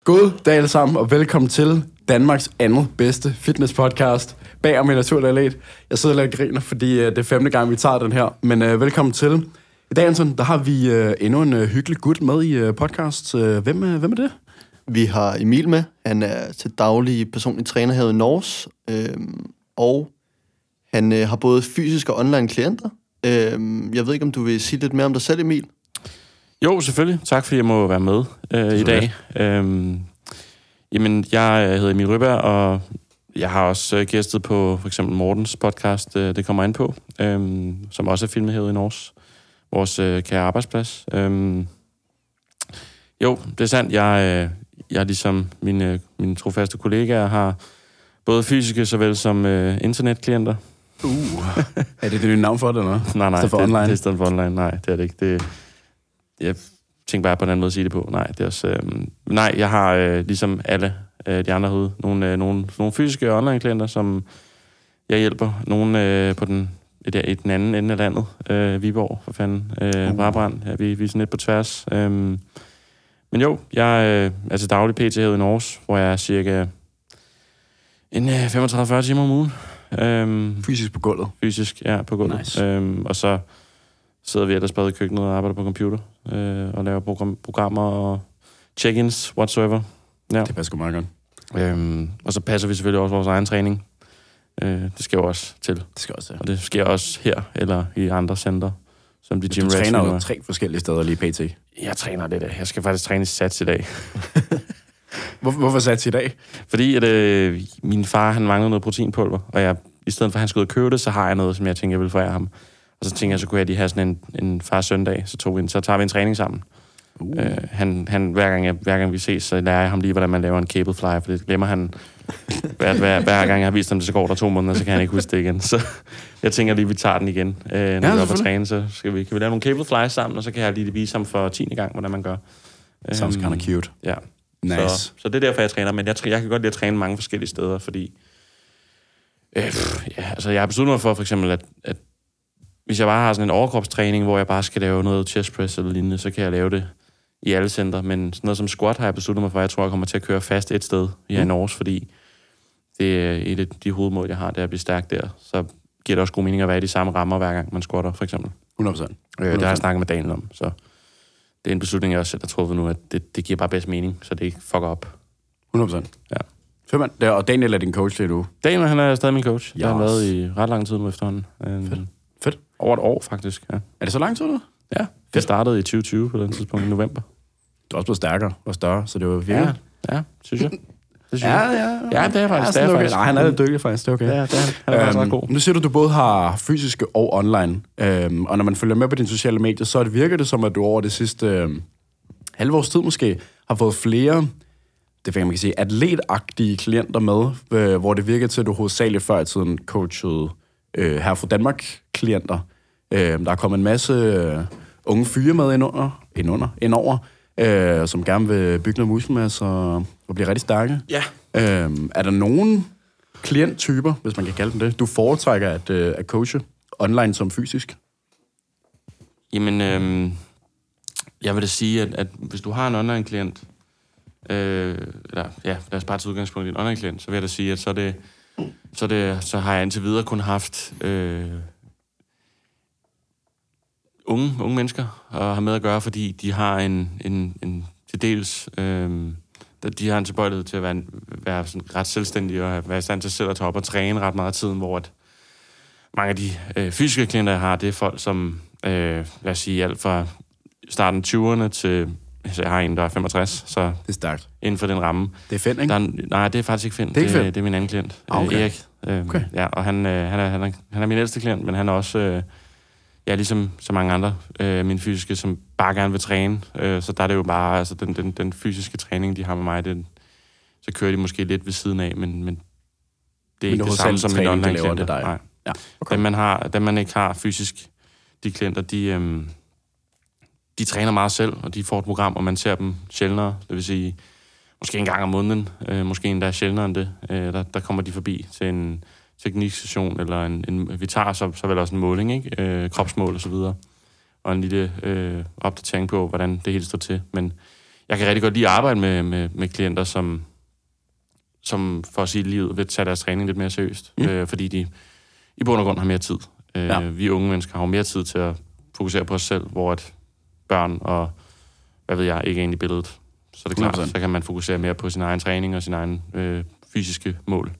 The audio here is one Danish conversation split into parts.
God dag alle sammen, og velkommen til Danmarks andet bedste fitnesspodcast. Bag om en naturlig atlet. Jeg sidder lidt og griner, fordi det er 5. gang, vi tager den her. Men velkommen til. I dag, Anton, der har vi endnu en hyggelig gut med i podcast. Hvem er det? Vi har Emil med. Han er til daglig personlig træner her i Norge. Og han har både fysiske og online klienter. Jeg ved ikke, om du vil sige lidt mere om dig selv, Emil? Jo, selvfølgelig. Tak, fordi jeg må være med i dag. Jamen, jeg hedder Emil Ryberg, og jeg har også gæstet på for eksempel Mortens podcast, det kommer ind på, som også er filmet herude i Norge, vores kære arbejdsplads. Jo, det er sandt. Jeg ligesom mine trofaste kollegaer har både fysiske såvel som internetklienter. Er det nye navn for det, eller? Nej, det er i stedet for online. Nej, det er det ikke. Jeg tænker bare på en anden måde at sige det på. Nej, det er også... jeg har ligesom alle de andre herude nogle fysiske online-klienter, som jeg hjælper. Nogle på i den anden ende af landet. Viborg, for fanden. Brabrand. Ja, vi er sådan lidt på tværs. Men jo, jeg er til daglig PT herude i Norge, hvor jeg er cirka 35-40 timer om ugen. Fysisk på gulvet? Fysisk, ja, på gulvet. Nice. Og så sidder vi ellers bare i køkkenet og arbejder på computer, og laver programmer og check-ins, whatsoever. Ja. Det passer meget godt. Og så passer vi selvfølgelig også vores egen træning. Det skal jo også til. Det skal også, ja. Og det sker også her, eller i andre center, som de Gym Rats. Du træner jo 3 forskellige steder lige pt. Jeg træner det der. Jeg skal faktisk træne sats i dag. Hvorfor sats i dag? Fordi at min far, han manglede noget proteinpulver, og jeg, i stedet for at han skulle ud og købe det, så har jeg noget, som jeg tænker, jeg vil forære ham. Og så tænker jeg, så kunne jeg lige have sådan en far-søndag, så tager vi en træning sammen. Han hver gang vi ses, så lærer jeg ham lige, hvordan man laver en cable fly, for det glemmer han. Hver gang jeg har vist ham det, så går der 2 måneder, så kan han ikke huske det igen. Så jeg tænker lige, vi tager den igen. Når vi er oppe at træne, så kan vi lave nogle cable flies sammen, og så kan jeg lige vise ham for 10. gang, hvordan man gør. Sounds kind of cute. Ja. Nice. Så det er derfor, jeg træner, men jeg kan godt lide at træne mange forskellige steder, fordi jeg har besluttet mig for eksempel, at hvis jeg bare har sådan en overkropstræning, hvor jeg bare skal lave noget chest press eller lignende, så kan jeg lave det i alle center. Men sådan noget som squat har jeg besluttet mig for, jeg tror, jeg kommer til at køre fast et sted i Norge, fordi det er et af de hovedmål, jeg har, det er at blive stærk der. Så giver det også god mening at være i de samme rammer, hver gang man squatter, for eksempel. 100%. Det har jeg snakket med Daniel om, så det er en beslutning, jeg også selv har truffet nu, at det giver bare bedst mening, så det ikke fucker op. 100%. Ja. Fedt, og Daniel er din coach lige nu? Daniel, han er stadig min coach. Jeg har været i ret lang tid nu efterhånden. Fedt. Over et år, faktisk, ja. Er det så lang tid nu? Ja, det startede i 2020 på den tidspunkt, i november. Du er også blevet stærkere og større, så det var virkelig... Ja, synes jeg. Ja, det er faktisk. Ja, okay. Nej, han er lidt dygtig faktisk, det er okay. Ja, det er han. Han er ret god. Nu siger du både har fysiske og online, og når man følger med på dine sociale medier, så virker det som, at du over det sidste halve års tid måske har fået flere, det man kan sige, atletagtige klienter med, hvor det virker til, at du hovedsageligt før i tiden coachede her fra Danmark klienter. Der er kommet en masse unge fyre med indover, som gerne vil bygge noget muskelmasse og blive rigtig stærke. Ja. Er der nogen klienttyper, hvis man kan kalde dem det, du foretrækker at coache online som fysisk? Jamen, jeg vil da sige, at hvis du har en online-klient, lad os bare tage udgangspunkt i en online-klient, så vil jeg da sige, at så har jeg indtil videre kun haft unge mennesker at have med at gøre, fordi de har en til dels... de har en tilbøjelighed til at være sådan ret selvstændige og være i stand til selv at tage op og træne ret meget af tiden, hvor at mange af de fysiske klienter, jeg har, det er folk, som, lad os sige, alt fra starten 20'erne til... Så jeg har en, der er 65, så... Det er stærkt. Inden for den ramme. Det er Finn, ikke? Nej, det er faktisk ikke Finn. Det er min anden klient, Erik. Okay. Ja, og han er min ældste klient, men han er også... ligesom så mange andre, mine fysiske, som bare gerne vil træne. Så der er det jo bare, altså den fysiske træning, de har med mig, så kører de måske lidt ved siden af, men det er ikke det samme som en online-klient. Nej. Ja. Okay. Dem man ikke har fysisk, de klienter, de træner meget selv, og de får et program, og man ser dem sjældnere. Det vil sige, måske en gang om måneden, måske endda sjældnere end det. Der kommer de forbi til en tekniksession, eller vi tager så vel også en måling, ikke? Kropsmål og så videre. Og en lille opdatering på, hvordan det hele står til. Men jeg kan rigtig godt lide at arbejde med klienter, som for at sige livet, vil tage deres træning lidt mere seriøst, fordi de i bund og grund har mere tid. Vi unge mennesker har jo mere tid til at fokusere på os selv, hvor at børn og, hvad ved jeg, ikke er inde i billedet. Så er det klart, 100%. Så kan man fokusere mere på sin egen træning og sin egen fysiske mål.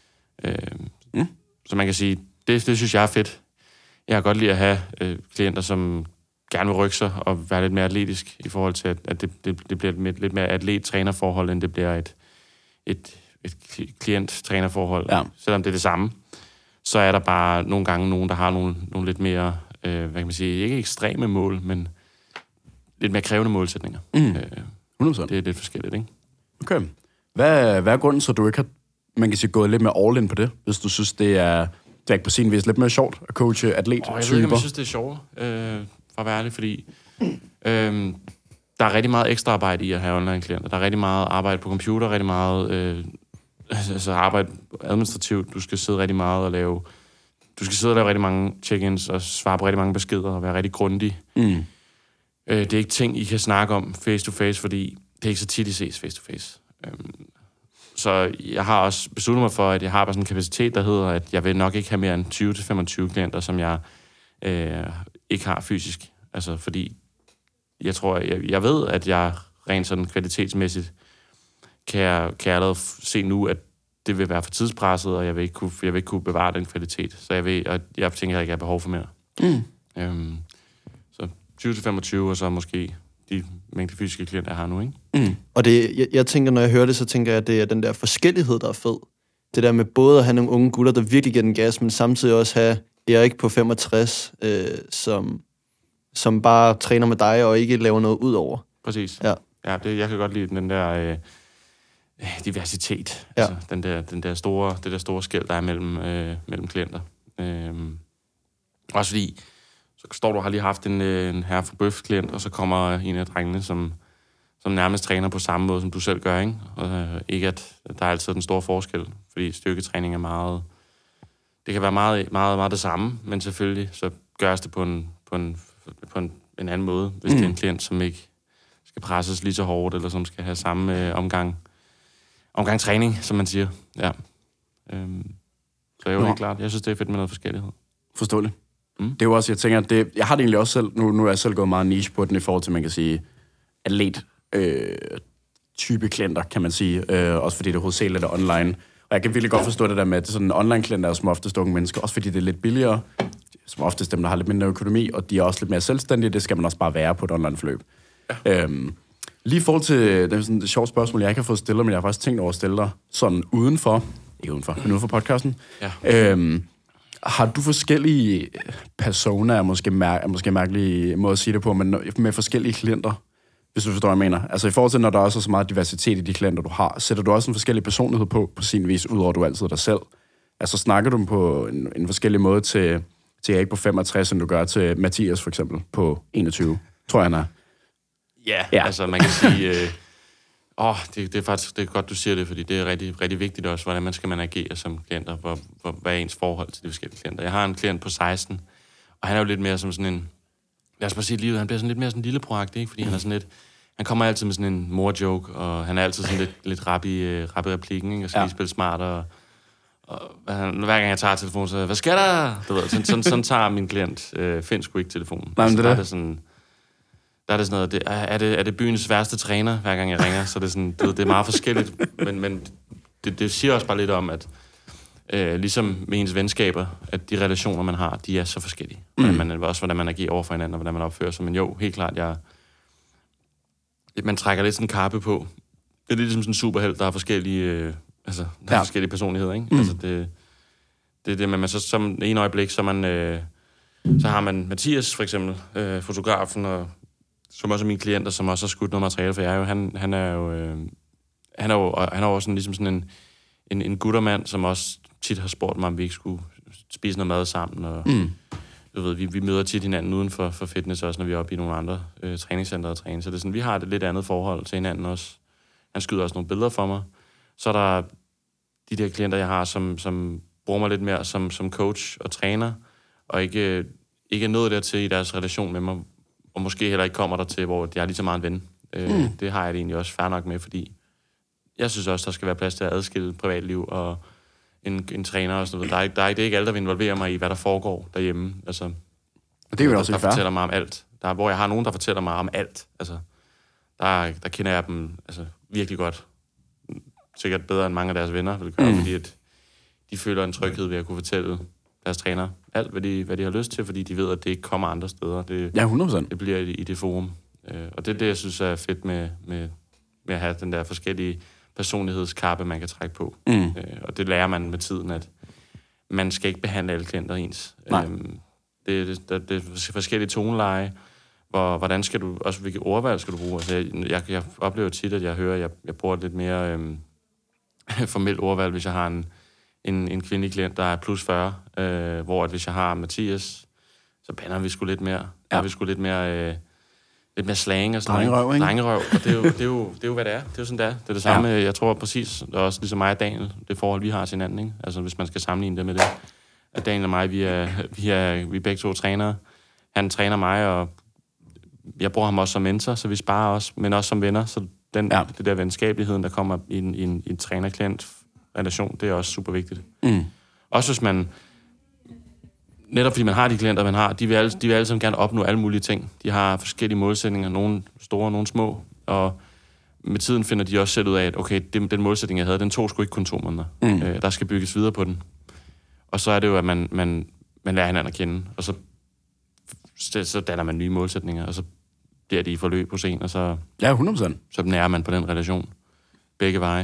Så man kan sige, det synes jeg er fedt. Jeg kan godt lide at have klienter, som gerne vil rykke sig og være lidt mere atletisk, i forhold til, at det bliver et lidt mere atlet-trænerforhold, end det bliver et klient-trænerforhold. Ja. Selvom det er det samme, så er der bare nogle gange nogen, der har nogle lidt mere, hvad kan man sige, ikke ekstreme mål, men lidt mere krævende målsætninger. 100%. Det er lidt forskelligt, ikke? Okay. Hvad er grunden, så du ikke har, man kan sige, gået lidt mere all in på det, hvis du synes, det er ikke på sin vis lidt mere sjovt at coache atlet-typer? Jeg ved ikke, om jeg synes, det er sjovt, for at være ærlig, fordi der er rigtig meget ekstra arbejde i at have online-klienter. Der er rigtig meget arbejde på computer, rigtig meget arbejde administrativt. Du skal sidde rigtig meget og lave rigtig mange check-ins og svare på rigtig mange beskeder og være rigtig grundig. Det er ikke ting, I kan snakke om face-to-face, fordi det er ikke så tit, I ses face-to-face. Så jeg har også besluttet mig for, at jeg har bare sådan en kapacitet, der hedder, at jeg vil nok ikke have mere end 20-25 klienter, som jeg ikke har fysisk. Altså, fordi jeg ved, at jeg rent sådan kvalitetsmæssigt kan jeg allerede se nu, at det vil være for tidspresset, og jeg vil ikke kunne bevare den kvalitet. Så jeg tænker, at jeg ikke har behov for mere. Så 20-25, og så måske de mængde fysiske klienter, jeg har nu, ikke? Og jeg tænker, når jeg hører det, så tænker jeg, at det er den der forskellighed, der er fed. Det der med både at have nogle unge gutter, der virkelig giver den gas, men samtidig også have Erik på 65, som bare træner med dig og ikke laver noget ud over. Præcis. Ja, jeg kan godt lide den der diversitet. Ja. Altså, det der store skel, der er mellem klienter. Også fordi, så står du og har lige haft en herre for bøf-klient, og så kommer en af drengene, som nærmest træner på samme måde, som du selv gør, ikke? Og ikke at der er altid den store forskel, fordi styrketræning er meget... Det kan være meget, meget, meget det samme, men selvfølgelig så gøres det på en anden måde, hvis det er en klient, som ikke skal presses lige så hårdt, eller som skal have samme omgang træning, som man siger. Ja. Så er jo helt klart. Jeg synes, det er fedt med noget forskellighed. Forståeligt. Det er jo også, jeg tænker, jeg har det egentlig også selv, nu er jeg selv gået meget niche på den i forhold til, man kan sige, atlet type klienter, kan man sige. Også fordi det hovedsageligt er online. Og jeg kan virkelig godt forstå det der med, at sådan online-klienter er som oftest unge mennesker, også fordi det er lidt billigere, som oftest dem, der har lidt mindre økonomi, og de er også lidt mere selvstændige, det skal man også bare være på et online-forløb. Ja. Lige i forhold til, det er sådan et sjovt spørgsmål, jeg ikke har fået stillet, men jeg har faktisk tænkt over at stille dig sådan uden for podcasten. Ja. Har du forskellige personer, måske mærkelige måde at sige det på, men med forskellige klienter, hvis du forstår, hvad jeg mener? Altså i forhold til, når der også er så meget diversitet i de klienter, du har, sætter du også en forskellig personlighed på sin vis, udover at du altid er dig selv? Altså snakker du på en forskellig måde til Erik på 65, end du gør til Mathias for eksempel på 21, tror jeg han er? Ja. Altså man kan sige... det er faktisk det er godt, du siger det, fordi det er rigtig, rigtig vigtigt også, hvordan skal man agere som klienter, hvad er ens forhold til de forskellige klienter. Jeg har en klient på 16, og han er jo lidt mere som sådan en... Lad os bare sige livet, han bliver sådan lidt mere sådan en lillebror-agtig, ikke? Fordi han er sådan lidt... Han kommer altid med sådan en mor-joke, og han er altid sådan lidt rap i replikken, ikke? Og skal lige spille smart, og hver gang jeg tager telefonen, så hvad skal der? Du ved, sådan tager min klient Finn sgu ikke telefonen. Nej, men der er det sådan noget, er det byens værste træner, hver gang jeg ringer, så det er sådan, det er meget forskelligt, men det siger også bare lidt om, at ligesom med ens venskaber, at de relationer, man har, de er så forskellige. Hvordan man agerer over for hinanden, og hvordan man opfører sig. Men jo, helt klart, man trækker lidt sådan en kappe på. Det er lidt ligesom sådan en superhelt, der har forskellige, forskellige personligheder, ikke? Altså det er det, men så som en øjeblik, så har man Mathias, for eksempel, fotografen, og som også er min klient, og som også har skudt noget materiale, for han er jo også ligesom sådan en guttermand, som også tit har spurgt mig, om vi ikke skulle spise noget mad sammen, og du ved, vi møder tit hinanden uden for fitness også, når vi er oppe i nogle andre træningscentre og træne, så det er sådan, vi har et lidt andet forhold til hinanden også. Han skyder også nogle billeder for mig. Så er der de der klienter, jeg har, som bruger mig lidt mere som coach og træner, og ikke er nået dertil i deres relation med mig, og måske heller ikke kommer der til, hvor jeg er lige så meget en ven. Det har jeg det egentlig også fair nok med, fordi jeg synes også, der skal være plads til at adskille privatliv og en træner og sådan noget. Det er ikke alt, der vil involvere mig i, hvad der foregår derhjemme. Altså, det er jo også der fair. fortæller mig om alt. Hvor jeg har nogen, der fortæller mig om alt. Altså, der kender jeg dem virkelig godt. Sikkert bedre end mange af deres venner vil gøre, fordi at de føler en tryghed ved at kunne fortælle deres træner alt, hvad de har lyst til, fordi de ved, at det ikke kommer andre steder. Ja, 100%. Det bliver i det forum. Og det er det, jeg synes er fedt med at have den der forskellige personlighedskappe, man kan trække på. Og det lærer man med tiden, at man skal ikke behandle alle klienter ens. Det er forskellige toneleje. Hvordan skal du, også hvilke ordvalg skal du bruge? Altså, jeg oplever tit, at jeg hører, at jeg bruger lidt mere formelt ordvalg, hvis jeg har en kvindelig klient, der er plus 40, hvor at hvis jeg har Mathias, så bander vi sgu lidt mere. Der er vi sgu lidt mere slang og sådan noget. Drengerøv, og det er jo, hvad det er. Det er jo sådan, det er. Det er det samme, jeg tror præcis, det er også ligesom mig og Daniel, det forhold, vi har til hinanden, ikke? Altså, hvis man skal sammenligne det med det. At Daniel og mig, vi er begge to trænere. Han træner mig, og jeg bruger ham også som mentor, så vi sparer også, men også som venner. Så det der venskabeligheden, der kommer i en træner-klient-relation, det er også super vigtigt. Også hvis man, netop fordi man har de klienter, man har, de vil alle sammen gerne opnå alle mulige ting. De har forskellige målsætninger, nogle store, nogle små, og med tiden finder de også selv ud af, at okay, den målsætning, jeg havde, den tog sgu ikke kun 2 måneder. Der skal bygges videre på den. Og så er det jo, at man lærer hinanden at kende, og så danner man nye målsætninger, og så bliver de i forløb hos en, og så... Ja, 100%. Så nærer man på den relation. Begge veje.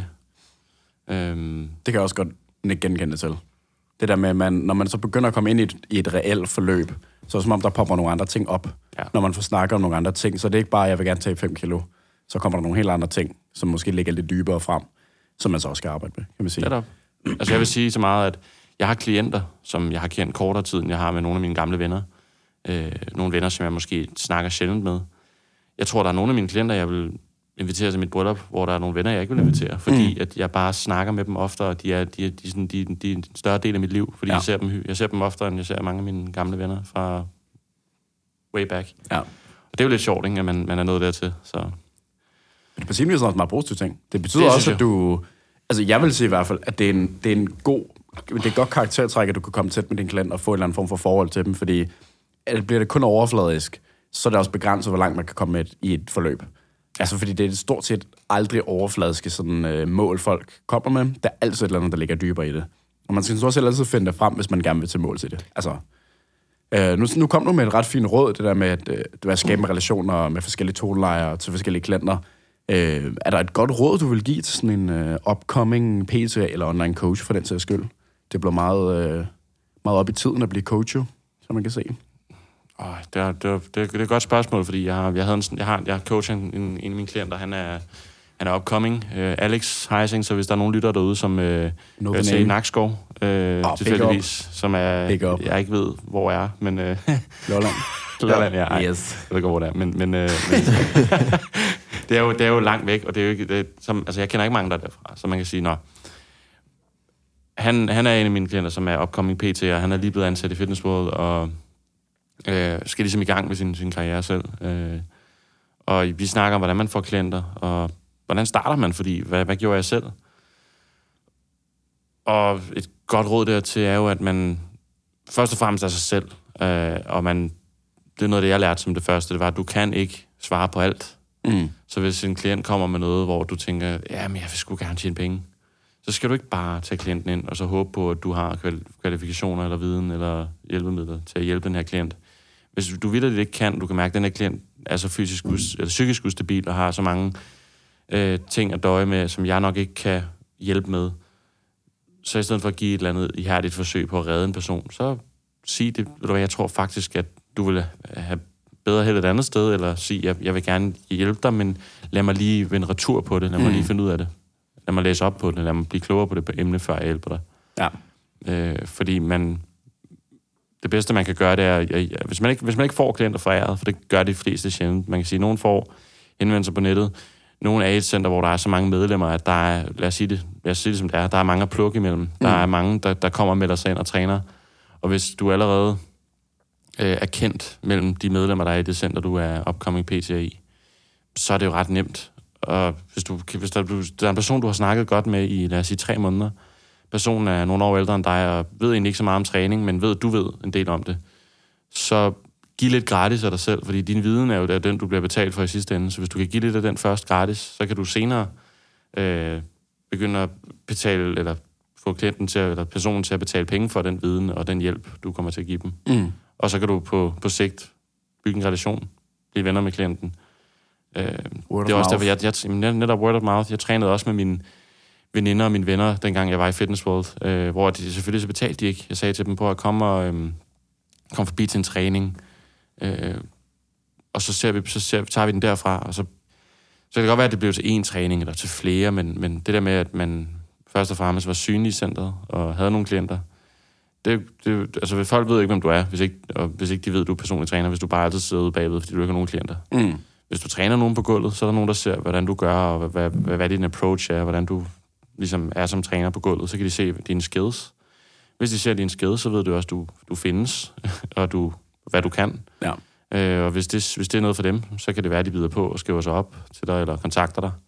Det kan jeg også godt genkende til. Det der med, når man så begynder at komme ind i et reelt forløb, så er det som om, der popper nogle andre ting op. Ja. Når man får snakket om nogle andre ting, så det er ikke bare, jeg vil gerne tage 5 kilo. Så kommer der nogle helt andre ting, som måske ligger lidt dybere frem, som man så også skal arbejde med, kan man sige. Netop. Altså jeg vil sige så meget, at jeg har klienter, som jeg har kendt kortere tid, end jeg har med nogle af mine gamle venner. Nogle venner, som jeg måske snakker sjældent med. Jeg tror, der er nogle af mine klienter, jeg vil invitere til mit bryllup, hvor der er nogle venner, jeg ikke vil invitere, fordi at jeg bare snakker med dem oftere, og de er en større del af mit liv, fordi jeg ser dem oftere, end jeg ser mange af mine gamle venner fra way back. Ja. Og det er jo lidt sjovt, ikke, at man er nået dertil. Så. Det er på sin vis også en meget positiv ting. Det betyder også, at du... Altså, jeg vil sige i hvert fald, at det er en god... Det er et godt karaktertræk, at du kan komme tæt med din klient og få en eller anden form for forhold til dem, fordi bliver det kun overfladisk, så er det også begrænset, hvor langt man kan komme med i et forløb. Altså, fordi det er stort set aldrig overfladiske sådan, mål, folk kommer med. Der er altid et eller andet, der ligger dybere i det. Og man skal også altid finde det frem, hvis man gerne vil til mål til det. Altså, nu kom du med et ret fint råd, det der med at skabe relationer med forskellige tonelejer til forskellige klienter. Er der et godt råd, du vil give til sådan en upcoming PT eller online coach for den sags skyld? Det bliver meget op i tiden at blive coach, som man kan se. Det er et godt spørgsmål, fordi jeg coacher en af mine klienter, han er upcoming. Alex Heising, så hvis der er nogen lytter derude, som i Nakskov, tilfældigvis, som jeg ikke ved, hvor er, men... Lolland, ja. Yes. Jeg ved ikke, hvor det er, men det er jo langt væk, og det er jo ikke... jeg kender ikke mange, der er derfra, så man kan sige, han er en af mine klienter, som er upcoming PT, og han er lige blevet ansat i Fitness World, og skal ligesom i gang med sin karriere selv. Og vi snakker om, hvordan man får klienter, og hvordan starter man, fordi hvad gjorde jeg selv? Og et godt råd dertil er jo, at man først og fremmest er sig selv, og det er noget, det jeg lærte som det første, det var, at du kan ikke svare på alt. Så hvis en klient kommer med noget, hvor du tænker, ja, men jeg vil sgu gerne tjene penge, så skal du ikke bare tage klienten ind, og så håbe på, at du har kvalifikationer, eller viden, eller hjælpemidler til at hjælpe den her klient. Hvis du vitterligt ikke kan, du kan mærke, at den her klient er så psykisk ustabil, og har så mange ting at døje med, som jeg nok ikke kan hjælpe med, så i stedet for at give et eller andet ihærdigt forsøg på at redde en person, så sig det, jeg tror faktisk, at du vil have bedre held et andet sted, eller sige, jeg vil gerne hjælpe dig, men lad mig lige vende retur på det, lad mig lige finde ud af det. Lad mig læse op på det, lad mig blive klogere på det emne, før jeg hjælper dig. Ja. Fordi det bedste, man kan gøre, det er, hvis man ikke får klienter foræret, for det gør de fleste sjældent. Man kan sige, at nogen får henvendelser på nettet. Nogle er i et center, hvor der er så mange medlemmer, at der er, lad os sige det som det er, der er mange at plukke imellem. Der er mange, der kommer og melder sig ind og træner. Og hvis du allerede er kendt mellem de medlemmer, der er i det center, du er upcoming PT i, så er det jo ret nemt. Og hvis der er en person, du har snakket godt med i, lad os sige, 3 måneder, personen er nogle år ældre end dig, og ved egentlig ikke så meget om træning, men du ved en del om det, så giv lidt gratis af dig selv, fordi din viden er jo den, du bliver betalt for i sidste ende. Så hvis du kan give lidt af den først gratis, så kan du senere begynde at betale, eller få klienten til, eller personen til at betale penge for den viden og den hjælp, du kommer til at give dem. Mm. Og så kan du på sigt bygge en relation, blive venner med klienten. Det er også derfor, jeg netop word of mouth. Jeg trænede også med mine veninder og mine venner, dengang jeg var i Fitness World, hvor de selvfølgelig så betalte de ikke. Jeg sagde til dem på at komme forbi til en træning, og så tager vi den derfra, og så kan det godt være, at det bliver til én træning, eller til flere, men det der med, at man først og fremmest var synlig i centret, og havde nogle klienter, altså folk ved ikke, hvem du er, hvis ikke de ved, du er personlig træner, hvis du bare altid sidder ude bagved, fordi du ikke har nogen klienter. Mm. Hvis du træner nogen på gulvet, så er der nogen, der ser, hvordan du gør, og hvad din approach er, hvordan du ligesom er som træner på gulvet, så kan de se dine skills. Hvis de ser dine skills, så ved du også, du findes, og hvad du kan. Ja. Og hvis det er noget for dem, så kan det være, at de bider på og skriver sig op til dig, eller kontakter dig.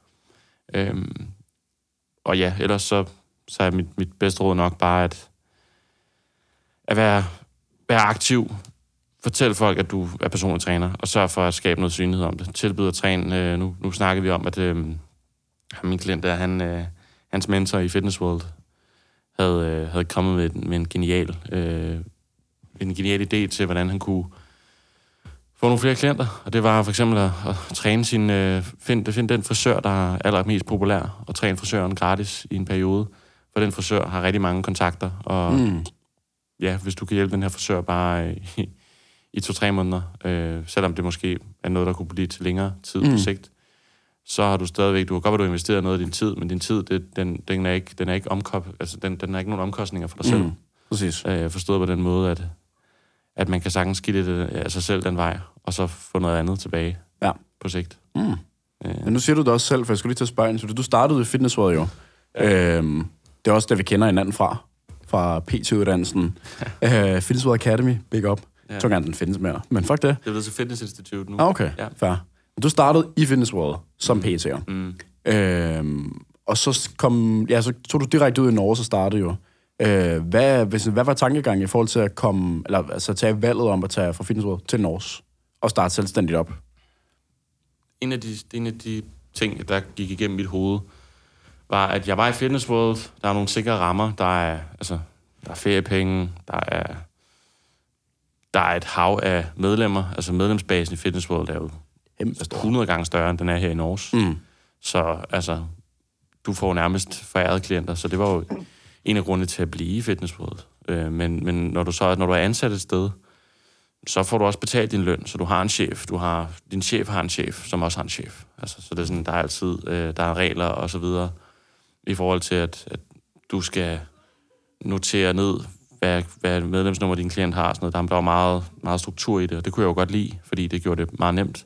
Og ja, ellers så er mit bedste råd nok bare at være aktiv. Fortæl folk, at du er personlig træner, og sørg for at skabe noget synlighed om det. Tilbyd at træne. Nu snakker vi om, at min klient der, hans mentor i Fitness World havde kommet med en genial idé til, hvordan han kunne få nogle flere klienter. Og det var for eksempel at træne finde den frisør, der er allermest populær, og træne frisøren gratis i en periode. For den frisør har rigtig mange kontakter, og ja, hvis du kan hjælpe den her frisør bare i 2-3 måneder, selvom det måske er noget, der kunne blive til længere tid på sigt, så har du stadigvæk, du kan godt være, du investerer noget af din tid, men din tid, den er ikke den er ikke nogen omkostninger for dig selv. Præcis. Forstået på den måde, at man kan sagtens give det af sig selv den vej, og så få noget andet tilbage på sigt. Men nu siger du det også selv, for jeg skulle lige tage spørgsmål. Så du startede i Fitness World jo. Det er også det, vi kender hinanden fra PT-uddannelsen. Fitness World Academy, big up. Jeg tror gerne, den findes mere. Men fuck det. Det er blevet til Fitness Institute nu. Okay, fair. Du startede i Fitness World som PT'er. Og så tog du direkte ud i Norge, så startede jo. Hvad var tankegangen i forhold til at komme, eller altså tage valget om at tage fra Fitness World til Norge og starte selvstændigt op? En af de ting, der gik igennem mit hoved, var, at jeg var i Fitness World. Der er nogle sikre rammer. Der er feriepenge. Der er et hav af medlemmer. Altså medlemsbasen i Fitness World er jo 100 gange større, end den er her i Norge. Så altså, du får nærmest forærede klienter. Så det var jo en af grundene til at blive i Fitness World. Men når du er ansat et sted, så får du også betalt din løn, så du har en chef. Din chef har en chef, som også har en chef. Altså, så det er sådan, der er altid der er regler og så videre i forhold til, at du skal notere ned, hvad medlemsnummer din klient har. Sådan noget. Der var meget, meget struktur i det, og det kunne jeg jo godt lide, fordi det gjorde det meget nemt.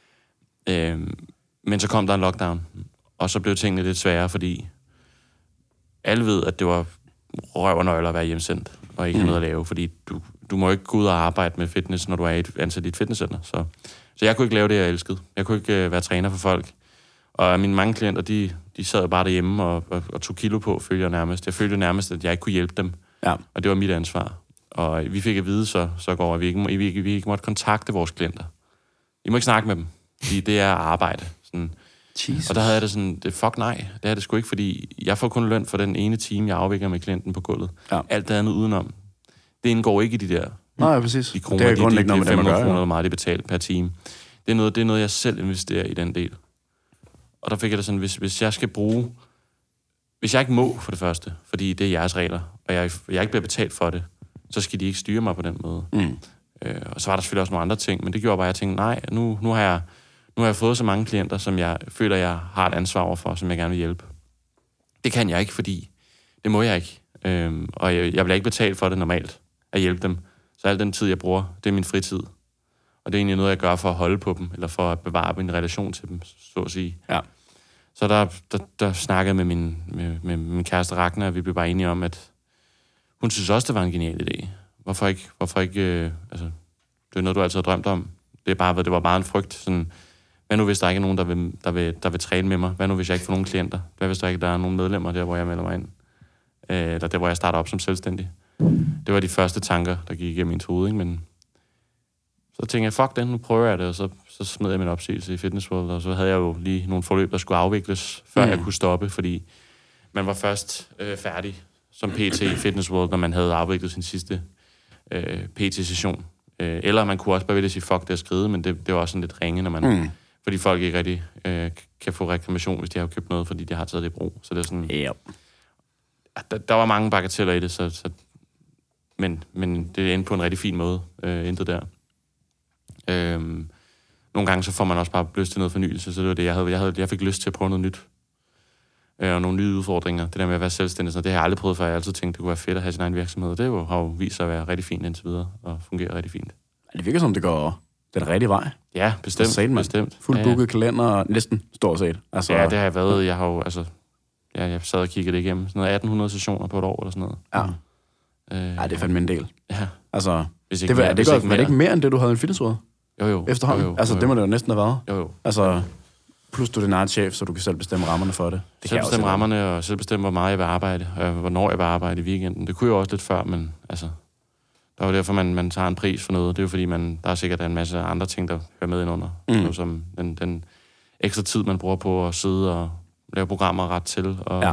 Men så kom der en lockdown, og så blev tingene lidt sværere, fordi alle ved, at det var røv og nøgler at være hjemsendt og ikke have noget at lave, fordi du må ikke gå ud og arbejde med fitness, når du er ansat i et fitnesscenter. Så jeg kunne ikke lave det, jeg elskede. Jeg kunne ikke være træner for folk. Og mine mange klienter, de sad bare derhjemme og tog kilo på, følte jeg nærmest. Jeg følte nærmest, at jeg ikke kunne hjælpe dem. Ja. Og det var mit ansvar. Og vi fik at vide så går, at vi ikke måtte kontakte vores klienter. I må ikke snakke med dem, fordi det er arbejde. Sådan. Og der havde jeg det sådan, fuck nej, det er det sgu ikke, fordi jeg får kun løn for den ene time, jeg afvikler med klienten på gulvet. Ja. Alt det andet udenom, det indgår ikke i de der nej, præcis. De kroner, det er de 500 kroner, hvor meget det betalt per time. Det er noget, jeg selv investerer i den del. Og der fik jeg det sådan, hvis jeg ikke må for det første, fordi det er jeres regler, og jeg ikke bliver betalt for det, så skal de ikke styre mig på den måde. Og så var der selvfølgelig også nogle andre ting, men det gjorde bare, at jeg tænkte, nej, nu har jeg fået så mange klienter, som jeg føler, jeg har et ansvar overfor, som jeg gerne vil hjælpe. Det kan jeg ikke, fordi det må jeg ikke. Og jeg bliver ikke betalt for det normalt, at hjælpe dem. Så al den tid, jeg bruger, det er min fritid. Og det er egentlig noget, jeg gør for at holde på dem, eller for at bevare min relation til dem, så at sige. Ja. Så der snakkede jeg med min kæreste Ragnar, og vi blev bare enige om, at hun synes også, det var en genial idé. Hvorfor ikke altså, det er noget, du altid har drømt om. Det var bare en frygt. Sådan, Hvad nu, hvis der ikke er nogen, der vil træne med mig? Hvad nu, hvis jeg ikke får nogen klienter? Hvad hvis der ikke er nogen medlemmer der, hvor jeg melder mig ind? Eller der, hvor jeg starter op som selvstændig? Det var de første tanker, der gik igennem min hoved, ikke? Men så tænkte jeg, fuck den, nu prøver jeg det, og så smed jeg min opsigelse i Fitness World, og så havde jeg jo lige nogle forløb, der skulle afvikles, før jeg kunne stoppe, fordi man var først færdig som PT i Fitness World, når man havde afviklet sin sidste PT-session. Eller man kunne også bare vælge at sige, fuck det at skride, men det var også sådan lidt ringe, når man... Fordi folk ikke rigtig kan få reklamation, hvis de har købt noget, fordi de har taget det i brug. Så det er sådan... Yep. Der var mange bagateller i det, men det endte på en rigtig fin måde, intet der. Nogle gange så får man også bare lyst til noget fornyelse, så det var det, jeg fik lyst til at prøve noget nyt. Og nogle nye udfordringer. Det der med at være selvstændig, så det har jeg aldrig prøvet før. Jeg altid tænkte, det kunne være fedt at have sin egen virksomhed. Det har jo vist sig at være rigtig fint indtil videre, og fungerer rigtig fint. Det virker som, det går den rigtige vej. Ja, bestemt. Fuldt booket kalender, næsten stort set. Altså, ja, det har jeg været. Jeg har jo, jeg sad og kiggede det igennem. Sådan noget 1800 sessioner på et år, eller sådan noget. Ja. Det er fandme en del. Ja. Altså, var det ikke mere end det, du havde i Fitness World? Jo. Efterhånden? Jo. Altså, det må det jo næsten have været. Jo. Altså, plus du er din egen chef, så du kan selv bestemme rammerne for det. Selv bestemme rammerne, og selv bestemme, hvor meget jeg vil arbejde, og hvornår jeg vil arbejde i weekenden. Det kunne jeg også lidt før, men altså... Der var derfor, man tager en pris for noget. Det er jo fordi, der er sikkert en masse andre ting, der hører med ind under. Som den ekstra tid, man bruger på at sidde og lave programmer ret til, og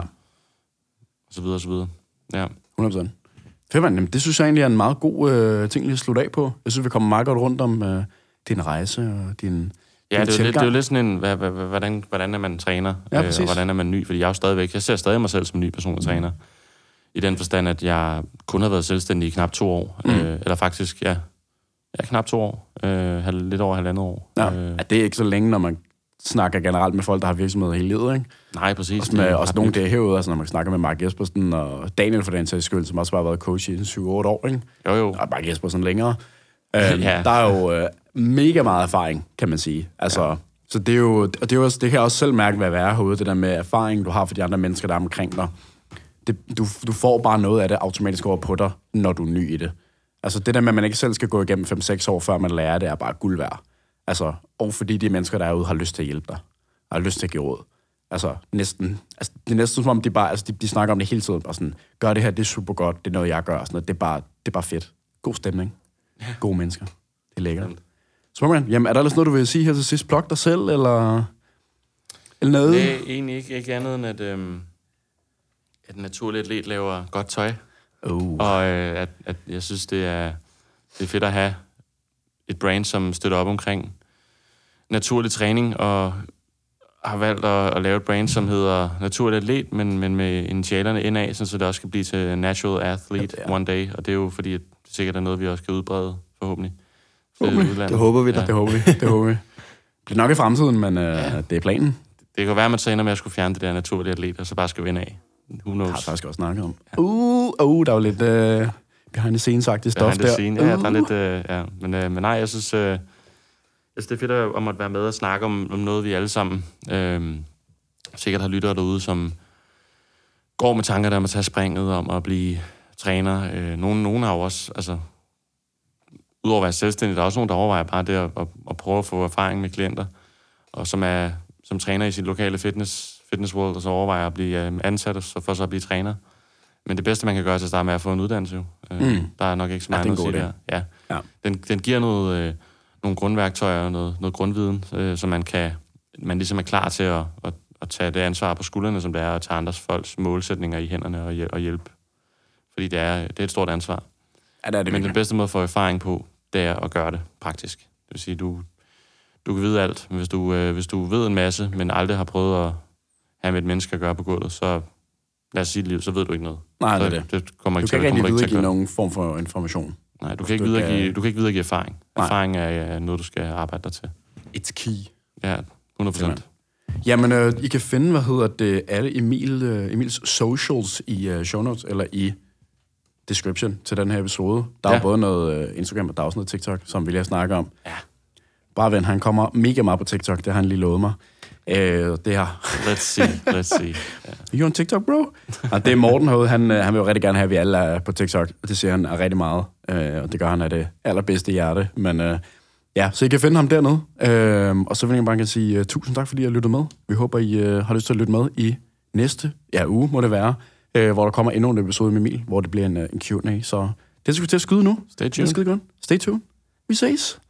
så videre, og så videre. Ja. 100%. Fedt, det synes jeg egentlig er en meget god ting lige at slutte af på. Jeg synes, vi kommer meget godt rundt om din rejse og din det er jo lidt sådan en, hvordan er man træner, og hvordan er man ny. Fordi jeg ser stadig mig selv som ny personlig træner. I den forstand, at jeg kun har været selvstændig i knap 2 år. Eller faktisk, knap 2 år. Lidt over 1,5 år. Ja, det er ikke så længe, når man snakker generelt med folk, der har virksomheder hele livet, ikke? Nej, præcis. Også nogle der herude, altså når man snakker med Mark Jespersen og Daniel for den sags skyld, som også bare har været coach i 7-8 år, ikke? Jo. Og Mark Jespersen længere. Der er jo mega meget erfaring, kan man sige. Altså, så det er jo, og det kan jeg også selv mærke, hvad er herude, det der med erfaring, du har for de andre mennesker, der er omkring dig. Du får bare noget af det automatisk over på dig, når du er ny i det. Altså det der med, at man ikke selv skal gå igennem 5-6 år, før man lærer det, er bare guld værd. Altså, og fordi de mennesker, der er ude, har lyst til at hjælpe dig. Har lyst til at give råd. Altså næsten, det er næsten som om, de bare, de snakker om det hele tiden. Og sådan, gør det her, det er super godt, det er noget, jeg gør. Sådan noget. Det er bare fedt. God stemning. Gode mennesker. Det er lækkert. Smukman, jamen er der ellers noget, du vil sige her til sidst? Plug dig selv, eller noget? Nej, egentlig ikke andet end, at en naturlig atlet laver godt tøj. Og at jeg synes, det er fedt at have et brand, som støtter op omkring naturlig træning, og har valgt at lave et brand, som hedder Naturlig Atlet, men med initialerne indad, så det også skal blive til Natural Athlete one day. Og det er jo fordi, at det sikkert er noget, vi også skal udbrede, forhåbentlig. Det håber vi da. Ja. Det håber vi. Det bliver nok i fremtiden, men det er planen. Det kan være, at man så ender med at skulle fjerne det der Naturlige Atlet, og så bare skal vinde af. Who knows? Det har jeg faktisk også snakket om. Der er jo lidt behind the scenes-agtigt stof der. Ja, der er lidt... Men nej, jeg synes, det er fedt at måtte være med og snakke om noget, vi alle sammen sikkert har lyttere derude, som går med tanker der om at tage springet, om at blive træner. Nogen har jo også... Altså, udover at være selvstændig, der er også nogen, der overvejer bare det at prøve at få erfaring med klienter, og som træner i sin lokale fitness world, og så overvejer at blive ansat, og for så at blive træner. Men det bedste, man kan gøre til at starte med, er at få en uddannelse. Der er nok ikke så meget at sige der. Ja. Den giver nogle grundværktøjer og noget grundviden, så man ligesom er klar til at tage det ansvar på skuldrene, som det er, at tage andres folks målsætninger i hænderne og hjælpe. Fordi det er et stort ansvar. Ja, det er det. Men den bedste måde at få erfaring på, det er at gøre det praktisk. Det vil sige, du kan vide alt, men hvis du ved en masse, men aldrig har prøvet at have med et menneske at gøre på gulvet, så lad os sige det liv, så ved du ikke noget. Nej, så det er det. Det kommer ikke du kan til, ikke rigtig videregive nogen form for information. Nej, du kan ikke videregive erfaring. Nej. Erfaring er noget, du skal arbejde dig til. It's key. Ja, 100%. Jamen, I kan finde, alle Emils socials i show notes, eller i description til den her episode. Der er både noget Instagram, og der er også noget TikTok, som vi lige har snakket om. Ja. Bare vent, han kommer mega meget på TikTok, det har han lige lovet mig. Det her. Let's see. You on TikTok, bro? Og det er Morten herude, han vil jo rigtig gerne have, at vi alle er på TikTok, og det siger han er rigtig meget. Og det gør han af det allerbedste hjerte. Men Ja, så I kan finde ham dernede. Og så vil jeg bare sige tusind tak, fordi I har lyttet med. Vi håber, I har lyst til at lytte med i næste uge, må det være, hvor der kommer endnu en episode med Emil, hvor det bliver en Q&A. Så det skal vi til at skyde nu. Stay tuned. Stay tuned. Vi ses.